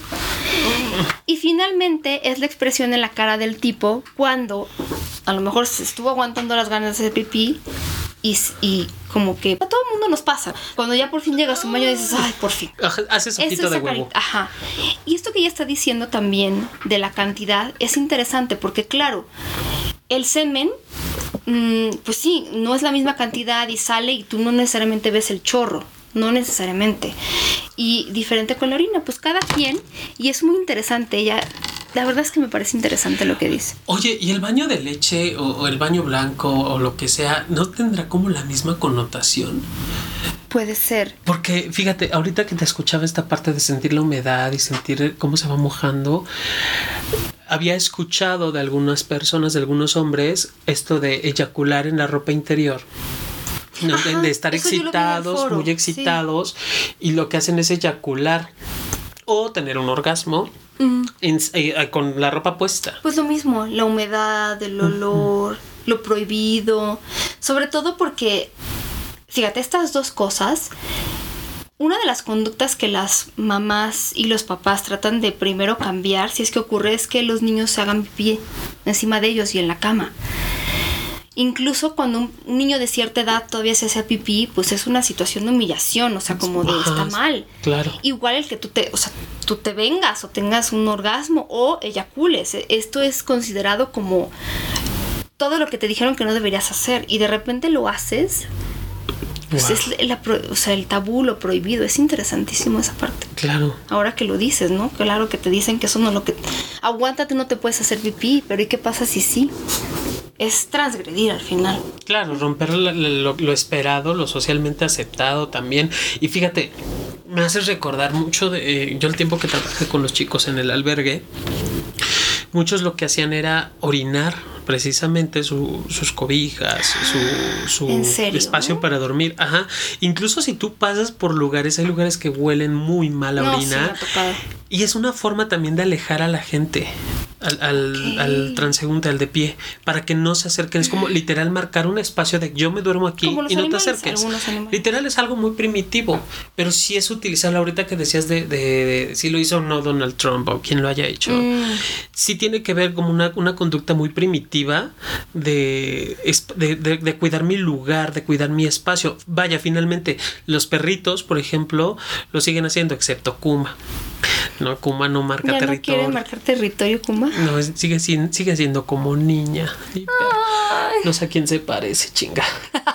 Y finalmente es la expresión en la cara del tipo cuando a lo mejor se estuvo aguantando las ganas de hacer pipí y como que a todo el mundo nos pasa. Cuando ya por fin llegas a su baño dices, ay, por fin. Haces ojito de huevo. Ajá. Y esto que ella está diciendo también de la cantidad es interesante porque, claro, el semen pues sí, no es la misma cantidad y sale y tú no necesariamente ves el chorro. No necesariamente. Y diferente con la orina, pues cada quien. Y es muy interesante. Ella, la verdad es que me parece interesante lo que dice. Oye, ¿y el baño de leche o el baño blanco o lo que sea no tendrá como la misma connotación? Puede ser. Porque fíjate, ahorita que te escuchaba esta parte de sentir la humedad y sentir cómo se va mojando, había escuchado de algunas personas, de algunos hombres, esto de eyacular en la ropa interior. ¿No? Ajá, de estar excitados, muy excitados, sí. Y lo que hacen es eyacular o tener un orgasmo con la ropa puesta. Pues lo mismo, la humedad, el olor, lo prohibido, sobre todo porque, fíjate, estas dos cosas, una de las conductas que las mamás y los papás tratan de primero cambiar, si es que ocurre, es que los niños se hagan pipí encima de ellos y en la cama. Incluso cuando un niño de cierta edad todavía se hace pipí, pues es una situación de humillación, o sea, como de está mal. Claro. Igual el que tú te vengas o tengas un orgasmo o eyacules. Esto es considerado como todo lo que te dijeron que no deberías hacer y de repente lo haces. Pues es el tabú, lo prohibido. Es interesantísimo esa parte. Claro. Ahora que lo dices, ¿no? Claro que te dicen que eso no es lo que... Aguántate, no te puedes hacer pipí, pero ¿y qué pasa si sí? Es transgredir al final. Claro, romper lo esperado, lo socialmente aceptado también. Y fíjate, me haces recordar mucho de... yo el tiempo que trabajé con los chicos en el albergue, muchos lo que hacían era orinar precisamente sus cobijas, su espacio para dormir. Ajá. Incluso si tú pasas por lugares, hay lugares que huelen muy mal a orina. Sí, me ha tocado. Y es una forma también de alejar a la gente, al transeúnte, al de pie, para que no se acerquen. Es como literal marcar un espacio de yo me duermo aquí y no te acerques. Literal es algo muy primitivo, pero sí es utilizarlo. Ahorita que decías de si lo hizo o no Donald Trump o quien lo haya hecho, sí tiene que ver como una conducta muy primitiva de cuidar mi lugar, de cuidar mi espacio. Vaya, finalmente los perritos, por ejemplo, lo siguen haciendo, excepto Kuma. No, Kuma no marca territorio. ¿No quiere marcar territorio, Kuma? No, sigue siendo como niña. No sé a quién se parece, chinga.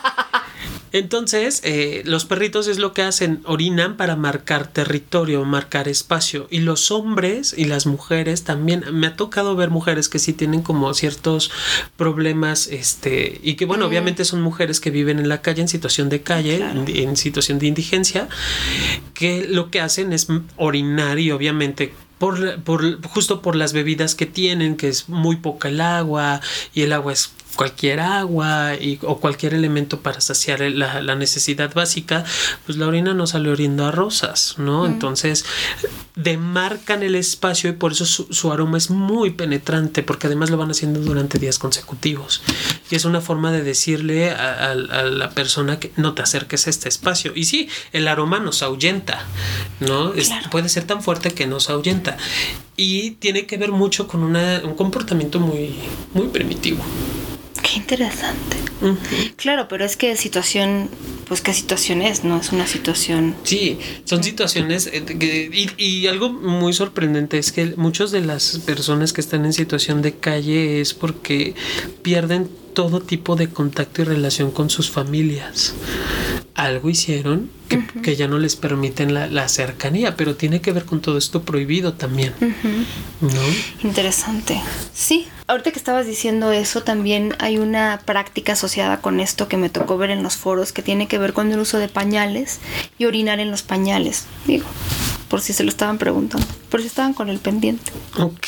Entonces, los perritos es lo que hacen, orinan para marcar territorio, marcar espacio. Y los hombres y las mujeres también. Me ha tocado ver mujeres que sí tienen como ciertos problemas, y que bueno, obviamente son mujeres que viven en la calle, en situación de calle, claro. en situación de indigencia, que lo que hacen es orinar y obviamente justo por las bebidas que tienen, que es muy poca el agua, y el agua es cualquier agua o cualquier elemento para saciar la necesidad básica, pues la orina no sale oliendo a rosas, ¿no? Entonces demarcan el espacio y por eso su aroma es muy penetrante, porque además lo van haciendo durante días consecutivos y es una forma de decirle a la persona que no te acerques a este espacio. Y sí, el aroma nos ahuyenta, ¿no? Claro. Puede ser tan fuerte que nos ahuyenta y tiene que ver mucho con un comportamiento muy, muy primitivo. Qué interesante. Claro, pero es que situación, pues qué situación es, ¿no? Es una situación. Sí, son situaciones y algo muy sorprendente es que muchas de las personas que están en situación de calle es porque pierden todo tipo de contacto y relación con sus familias. Algo hicieron que ya no les permiten la cercanía, pero tiene que ver con todo esto prohibido también, ¿no? Interesante. Sí, ahorita que estabas diciendo eso, también hay una práctica asociada con esto que me tocó ver en los foros, que tiene que ver con el uso de pañales y orinar en los pañales. Digo, por si se lo estaban preguntando, por si estaban con el pendiente. Ok.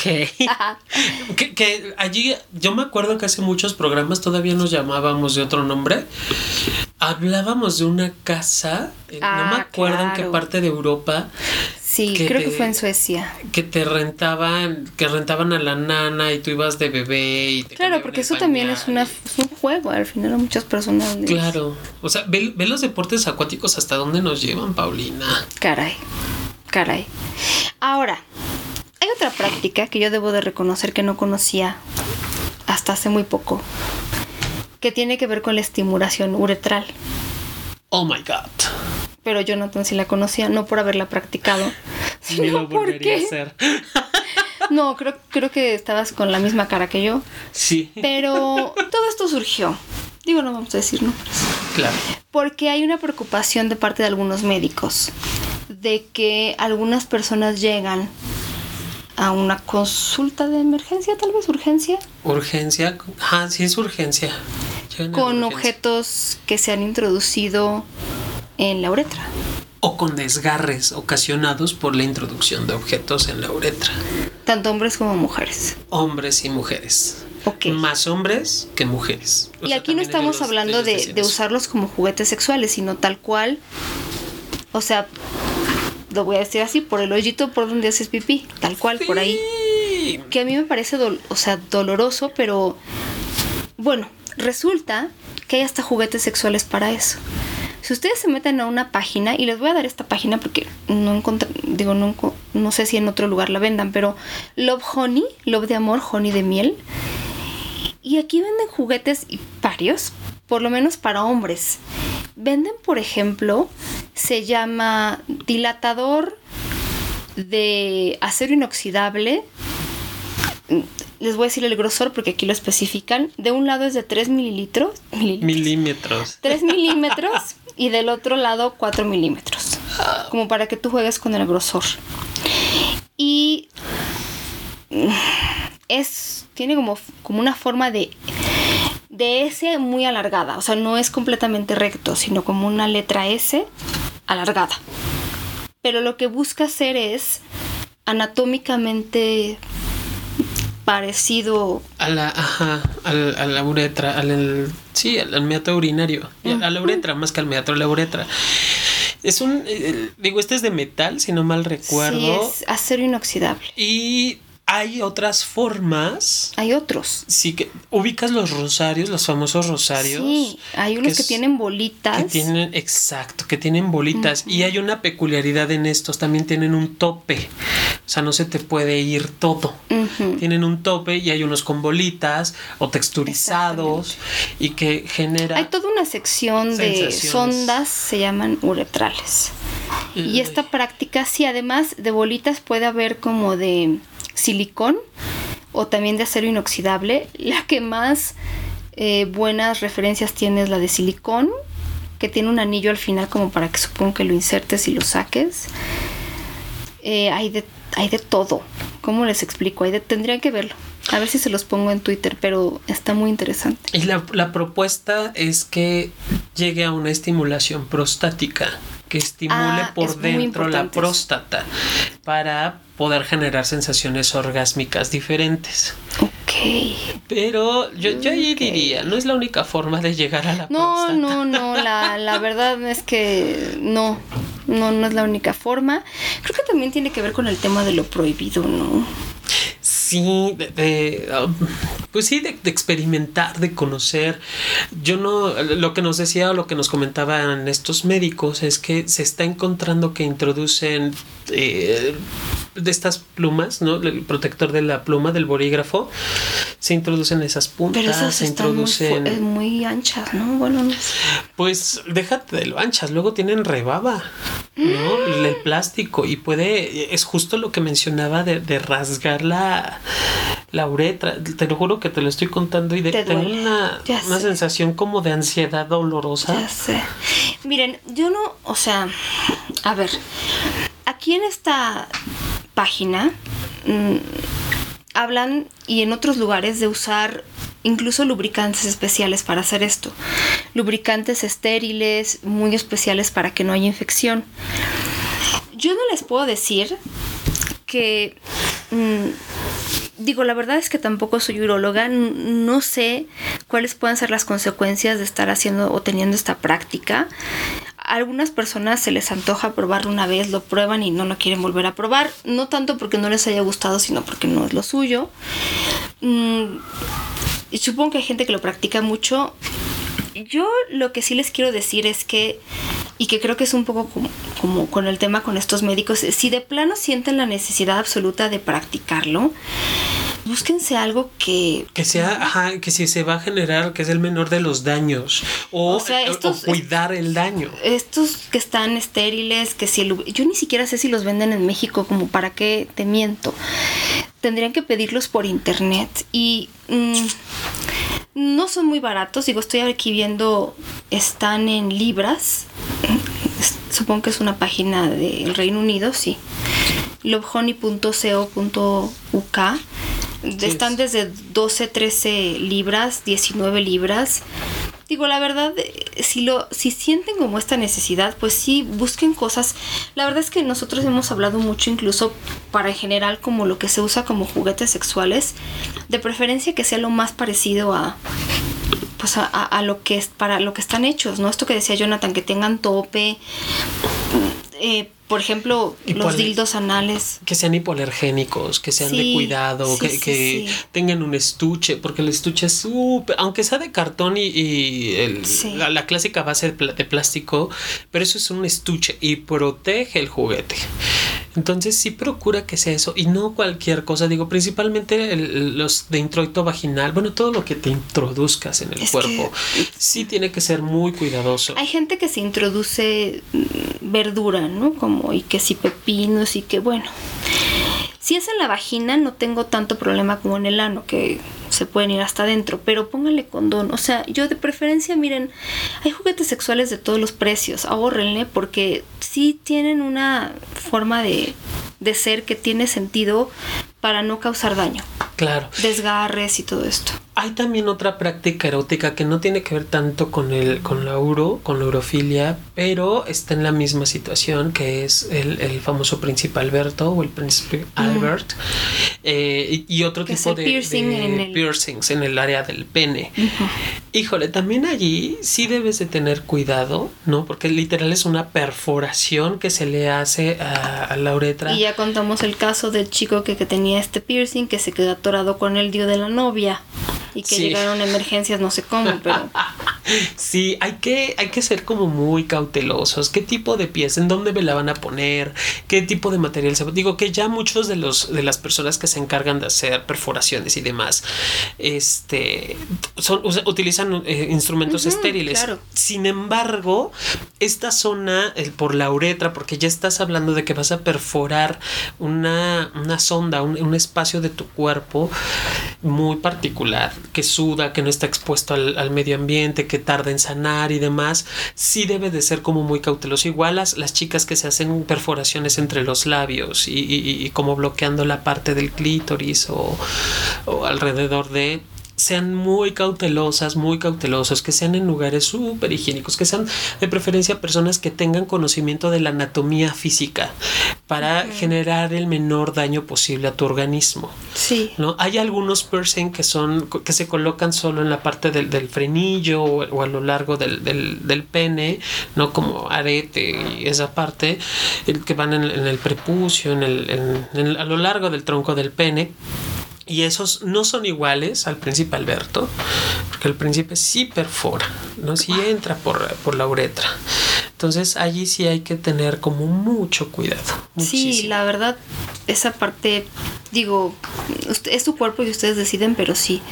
que allí, yo me acuerdo que hace muchos programas todavía nos llamábamos de otro nombre. Hablábamos de una casa, no me acuerdo en qué parte de Europa. Sí, creo que fue en Suecia. Que rentaban a la nana y tú ibas de bebé y te claro, porque eso también es un juego, al final a muchas personas. Claro, o sea, ve los deportes acuáticos hasta dónde nos llevan, Paulina. Caray. Ahora, hay otra práctica que yo debo de reconocer que no conocía hasta hace muy poco, que tiene que ver con la estimulación uretral. Oh my God. Pero Jonathan sí la conocía, no por haberla practicado, sino porque a hacer. No, creo que estabas con la misma cara que yo. Sí. Pero todo esto surgió Digo, no vamos a decir nombres. Claro. Porque hay una preocupación de parte de algunos médicos de que algunas personas llegan a una consulta de emergencia, tal vez urgencia. Urgencia, sí es urgencia. Con objetos que se han introducido en la uretra. O con desgarres ocasionados por la introducción de objetos en la uretra. Tanto hombres como mujeres. Hombres y mujeres. Okay. Más hombres que mujeres. Y aquí no estamos hablando de usarlos como juguetes sexuales, sino tal cual, o sea, lo voy a decir así, por el hoyito por donde haces pipí, tal cual, sí. Por ahí. Que a mí me parece doloroso, pero bueno, resulta que hay hasta juguetes sexuales para eso. Si ustedes se meten a una página, y les voy a dar esta página porque no sé si en otro lugar la vendan, pero Love Honey, Love de amor, Honey de miel. Y aquí venden juguetes varios, por lo menos para hombres. Venden, por ejemplo, se llama dilatador de acero inoxidable. Les voy a decir el grosor porque aquí lo especifican. De un lado es de 3 milímetros. 3 milímetros y del otro lado 4 milímetros. Como para que tú juegues con el grosor. Y tiene como una forma de S muy alargada. O sea, no es completamente recto, sino como una letra S alargada. Pero lo que busca hacer es anatómicamente parecido a la uretra, al meato urinario, a la uretra más que al meato, a la uretra. Es este es de metal, si no mal recuerdo. Sí, es acero inoxidable. Y hay otras formas. Hay otros. Sí, que ubicas los rosarios, los famosos rosarios. Sí, hay unos que tienen bolitas. Que tienen bolitas. Uh-huh. Y hay una peculiaridad en estos, también tienen un tope. O sea, no se te puede ir todo. Uh-huh. Tienen un tope y hay unos con bolitas o texturizados y que genera... Hay toda una sección de sondas, se llaman uretrales. Y esta práctica, sí, además de bolitas puede haber como de silicón o también de acero inoxidable. La que más buenas referencias tiene es la de silicón, que tiene un anillo al final como para que supongo que lo insertes y lo saques. Hay de todo. ¿Cómo les explico? Tendrían que verlo. A ver si se los pongo en Twitter, pero está muy interesante. Y la propuesta es que llegue a una estimulación prostática, que estimule por dentro la próstata para poder generar sensaciones orgásmicas diferentes. Ok. Pero yo ahí diría, no es la única forma de llegar a la próstata. No, la verdad es que no es la única forma. Creo que también tiene que ver con el tema de lo prohibido, ¿no? Sí, pues sí, de experimentar, de conocer. Lo que nos decía o lo que nos comentaban estos médicos es que se está encontrando que introducen de estas plumas, ¿no? El protector de la pluma, del borígrafo, se introducen esas puntas. Pero esas están muy anchas, ¿no? Bueno, no sé. Pues déjate de lo anchas, luego tienen rebaba, ¿no? El plástico, y es justo lo que mencionaba de rasgar la uretra. Te lo juro que te lo estoy contando y tengo una sensación como de ansiedad dolorosa. Ya sé. Miren, a ver, aquí en esta página hablan, y en otros lugares, de usar incluso lubricantes especiales para hacer esto. Lubricantes estériles, muy especiales para que no haya infección. Yo no les puedo decir que... la verdad es que tampoco soy uróloga, no sé cuáles puedan ser las consecuencias de estar haciendo o teniendo esta práctica. A algunas personas se les antoja probarlo una vez, lo prueban y no lo quieren volver a probar, no tanto porque no les haya gustado, sino porque no es lo suyo. Y supongo que hay gente que lo practica mucho. Yo lo que sí les quiero decir es que, y que creo que es un poco como con el tema con estos médicos, si de plano sienten la necesidad absoluta de practicarlo, búsquense algo que sea, que si se va a generar, que es el menor de los daños, o cuidar el daño. Estos que están estériles, yo ni siquiera sé si los venden en México, como para qué te miento. Tendrían que pedirlos por internet y No son muy baratos, digo, estoy aquí viendo, están en libras. Supongo que es una página del Reino Unido, sí. lovehoney.co.uk. Están desde 12, 13 libras, 19 libras. Digo, la verdad, si sienten como esta necesidad, pues sí, busquen cosas. La verdad es que nosotros hemos hablado mucho, incluso para en general, como lo que se usa como juguetes sexuales, de preferencia que sea lo más parecido a pues a lo que es, para lo que están hechos, ¿no? Esto que decía Jonathan, que tengan tope, por ejemplo, los dildos anales. Que sean hipoalergénicos, que sean de cuidado, que tengan un estuche, porque el estuche es súper, aunque sea de cartón la clásica base de plástico, pero eso es un estuche y protege el juguete. Entonces sí procura que sea eso y no cualquier cosa, digo, principalmente los de introito vaginal, bueno, todo lo que te introduzcas en el cuerpo, sí tiene que ser muy cuidadoso. Hay gente que se introduce verdura, ¿no? Como y que si pepinos y que bueno. Si es en la vagina no tengo tanto problema como en el ano, que se pueden ir hasta adentro, pero pónganle condón. O sea, yo de preferencia, miren, hay juguetes sexuales de todos los precios, ahórrenle, porque sí tienen una forma de ser que tiene sentido para no causar daño. Claro. Desgarres y todo esto. Hay también otra práctica erótica que no tiene que ver tanto con la urofilia, pero está en la misma situación, que es el famoso príncipe Alberto o el príncipe Albert, y otro tipo de piercings en el área del pene. Híjole, también allí sí debes de tener cuidado, ¿no? Porque literal es una perforación que se le hace a la uretra. Y ya contamos el caso del chico que tenía este piercing, que se quedó atorado con el dio de la novia. Y que llegaron emergencias, no sé cómo, pero... Sí, hay que ser como muy cautelosos. ¿Qué tipo de pieza? ¿En dónde me la van a poner? ¿Qué tipo de material se...? Digo que ya muchos de las personas que se encargan de hacer perforaciones y demás, utilizan instrumentos estériles. Claro. Sin embargo, esta zona, por la uretra, porque ya estás hablando de que vas a perforar una sonda, un espacio de tu cuerpo muy particular, que suda, que no está expuesto al medio ambiente, que tarda en sanar y demás, sí debe de ser como muy cauteloso. Igual las chicas que se hacen perforaciones entre los labios y como bloqueando la parte del clítoris o alrededor de... Sean muy cautelosos, que sean en lugares súper higiénicos, que sean de preferencia personas que tengan conocimiento de la anatomía física para generar el menor daño posible a tu organismo. Sí. ¿No? Hay algunos piercing que se colocan solo en la parte del frenillo o a lo largo del pene, no como arete y esa parte, que van en el prepucio, a lo largo del tronco del pene. Y esos no son iguales al príncipe Alberto, porque el príncipe sí perfora, ¿no? Sí entra por la uretra. Entonces allí sí hay que tener como mucho cuidado. Muchísimo. Sí, la verdad, esa parte, digo, es su cuerpo y ustedes deciden, pero sí.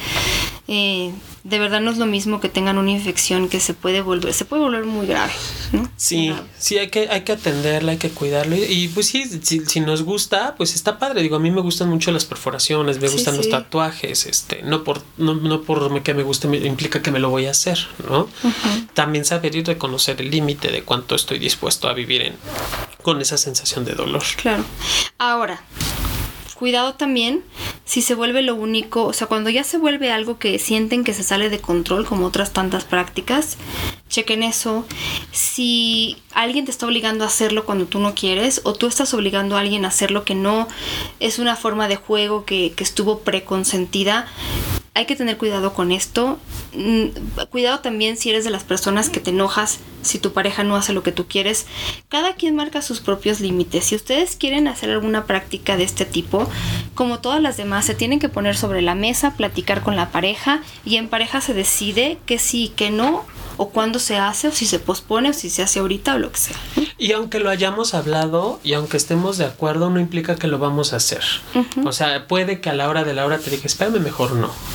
De verdad no es lo mismo que tengan una infección que se puede volver muy grave, ¿no? Sí, grave. Sí, hay que atenderla, hay que cuidarlo y pues sí, si nos gusta, pues está padre. Digo, a mí me gustan mucho las perforaciones, me gustan los tatuajes, no por que me guste implica que me lo voy a hacer, ¿no? También saber y reconocer el límite de cuánto estoy dispuesto a vivir con esa sensación de dolor. Claro. Ahora, cuidado también si se vuelve lo único, o sea, cuando ya se vuelve algo que sienten que se sale de control, como otras tantas prácticas, chequen eso. Si alguien te está obligando a hacerlo cuando tú no quieres, o tú estás obligando a alguien a hacerlo que no es una forma de juego que estuvo preconsentida, hay que tener cuidado con esto. Cuidado también si eres de las personas que te enojas si tu pareja no hace lo que tú quieres. Cada quien marca sus propios límites. Si ustedes quieren hacer alguna práctica de este tipo, como todas las demás, se tienen que poner sobre la mesa, platicar con la pareja, y en pareja se decide que sí, que no, o cuándo se hace, o si se pospone, o si se hace ahorita, o lo que sea. Y aunque lo hayamos hablado y aunque estemos de acuerdo, no implica que lo vamos a hacer. O sea, puede que a la hora de la hora te diga, espérame, mejor no.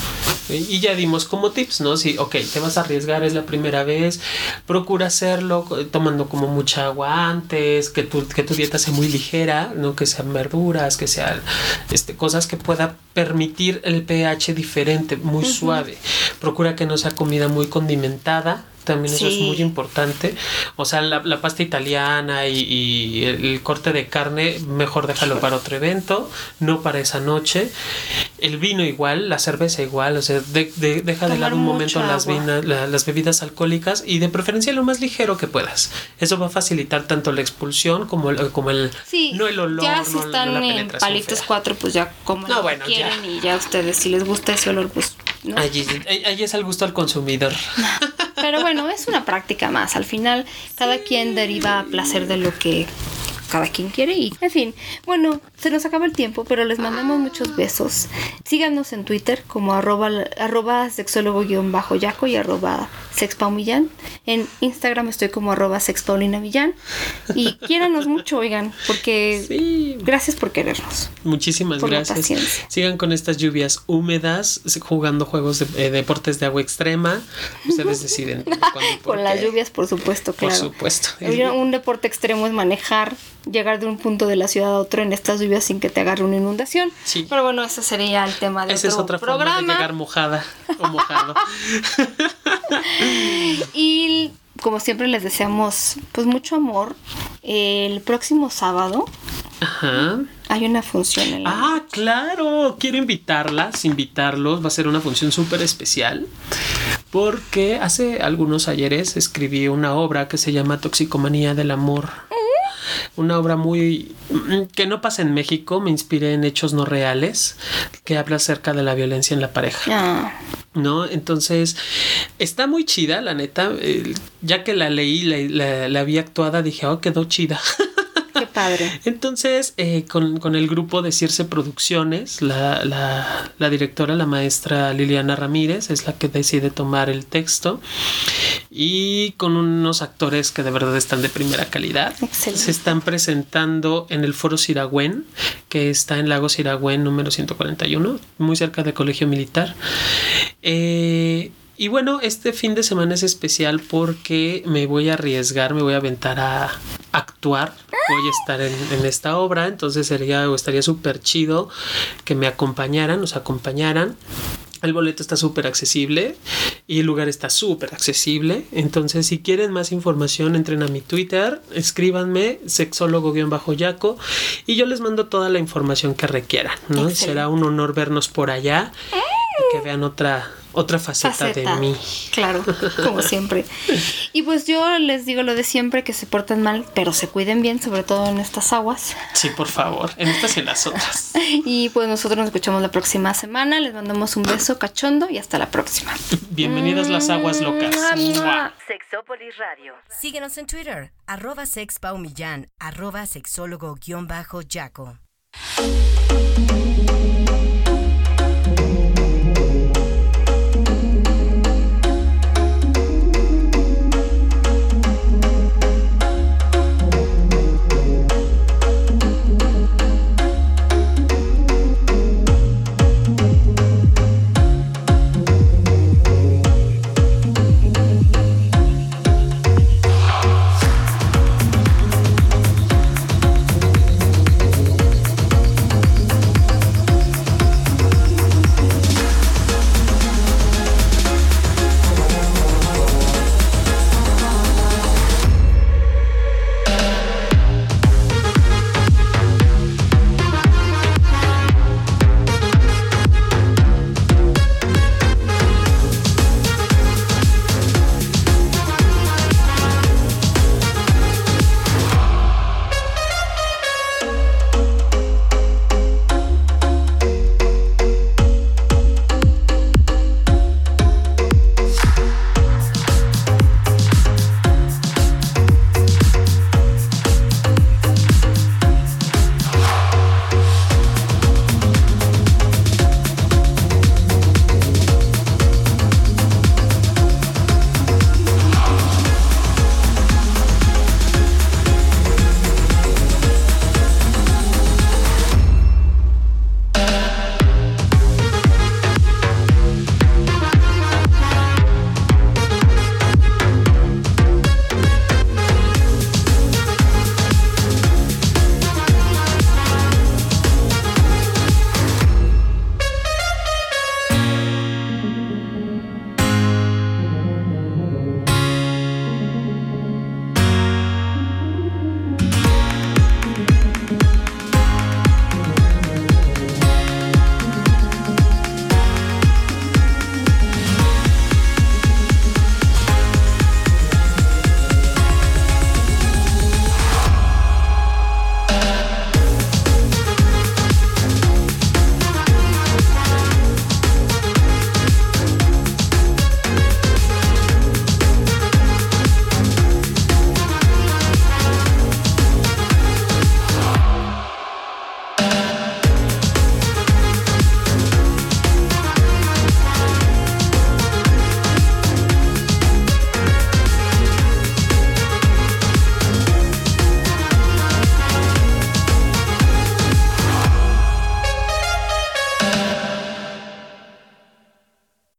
Y ya dimos como tips, ¿no? Si, ok, te vas a arriesgar, es la primera vez, procura hacerlo tomando como mucha agua antes, que tu dieta sea muy ligera, ¿no? Que sean verduras, que sean cosas que pueda permitir el pH diferente, muy suave. Procura que no sea comida muy condimentada. También eso es muy importante. O sea, la pasta italiana y el corte de carne, mejor déjalo para otro evento, no para esa noche. El vino igual, la cerveza igual. O sea, deja de lado un momento las bebidas alcohólicas y de preferencia lo más ligero que puedas. Eso va a facilitar tanto la expulsión como el no el olor, ya si están no la en palitos 4, pues ya como quieren ya. Y ya ustedes, si les gusta ese olor, pues ¿no? Allí es al gusto al consumidor. Pero bueno, es una práctica más. Al final, cada quien deriva placer de lo que cada quien quiere y, en fin, bueno, se nos acaba el tiempo, pero les mandamos muchos besos. Síganos en Twitter como arroba sexólogo-yaco y @sexpaumillán. En Instagram estoy como @sexpaulinamillán. Y quiéranos mucho, oigan, porque gracias por querernos. Muchísimas gracias. Sigan con estas lluvias húmedas, jugando juegos de deportes de agua extrema. Ustedes deciden cuándo. Con las lluvias, por supuesto, claro. Por supuesto. Un deporte extremo es manejar, llegar de un punto de la ciudad a otro en estas lluvias sin que te agarre una inundación. Sí. Pero bueno, ese sería el tema de esa otro es otra programa. Forma de llegar mojada o mojado. Y como siempre les deseamos pues mucho amor. El próximo sábado hay una función en la noche. Claro, quiero invitarlos. Va a ser una función súper especial porque hace algunos ayeres escribí una obra que se llama Toxicomanía del Amor. Una obra que no pasa en México, me inspiré en hechos no reales, que habla acerca de la violencia en la pareja. ¿No? Entonces, está muy chida, la neta. Ya que la leí, la vi actuada, dije, quedó chida. Qué padre. Entonces, con el grupo de Circe Producciones, la directora, la maestra Liliana Ramírez, es la que decide tomar el texto. Y con unos actores que de verdad están de primera calidad. Excelente. Se están presentando en el Foro Siragüen, que está en Lago Siragüen número 141, muy cerca del Colegio Militar. Y bueno, este fin de semana es especial porque me voy a arriesgar, me voy a aventar a actuar. Voy a estar en esta obra, entonces estaría súper chido que nos acompañaran. El boleto está súper accesible y el lugar está súper accesible. Entonces, si quieren más información, entren a mi Twitter, escríbanme, sexólogo-yaco, y yo les mando toda la información que requieran, ¿no? Será un honor vernos por allá y que vean otra faceta de mí. Claro, como siempre. Y pues yo les digo lo de siempre, que se porten mal, pero se cuiden bien, sobre todo en estas aguas. Sí, por favor, en estas y en las otras. Y pues nosotros nos escuchamos la próxima semana. Les mandamos un beso cachondo y hasta la próxima. Bienvenidas las aguas locas. Sexópolis Radio. Síguenos en Twitter, @sexpaumillán, @sexólogo-yaco.